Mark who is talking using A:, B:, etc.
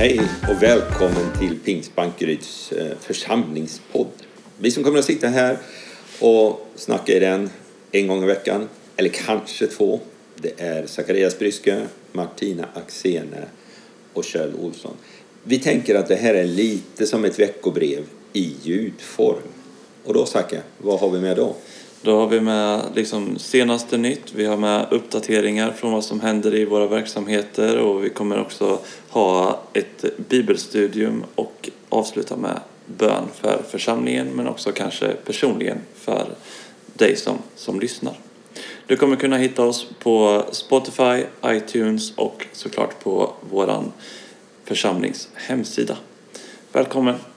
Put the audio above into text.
A: Hej och välkommen till Pingstbankeryds församlingspodd. Vi som kommer att sitta här och snacka i den en gång i veckan, eller kanske två. Det är Zacharias Bryske, Martina Axene och Kjell Olsson. Vi tänker att det här är lite som ett veckobrev i ljudform. Och då Zacke, vad har vi med då?
B: Då har vi med senaste nytt. Vi har med uppdateringar från vad som händer i våra verksamheter. Och vi kommer också ha ett bibelstudium och avsluta med bön för församlingen. Men också kanske personligen för dig som lyssnar. Du kommer kunna hitta oss på Spotify, iTunes och såklart på våran församlings hemsida. Välkommen!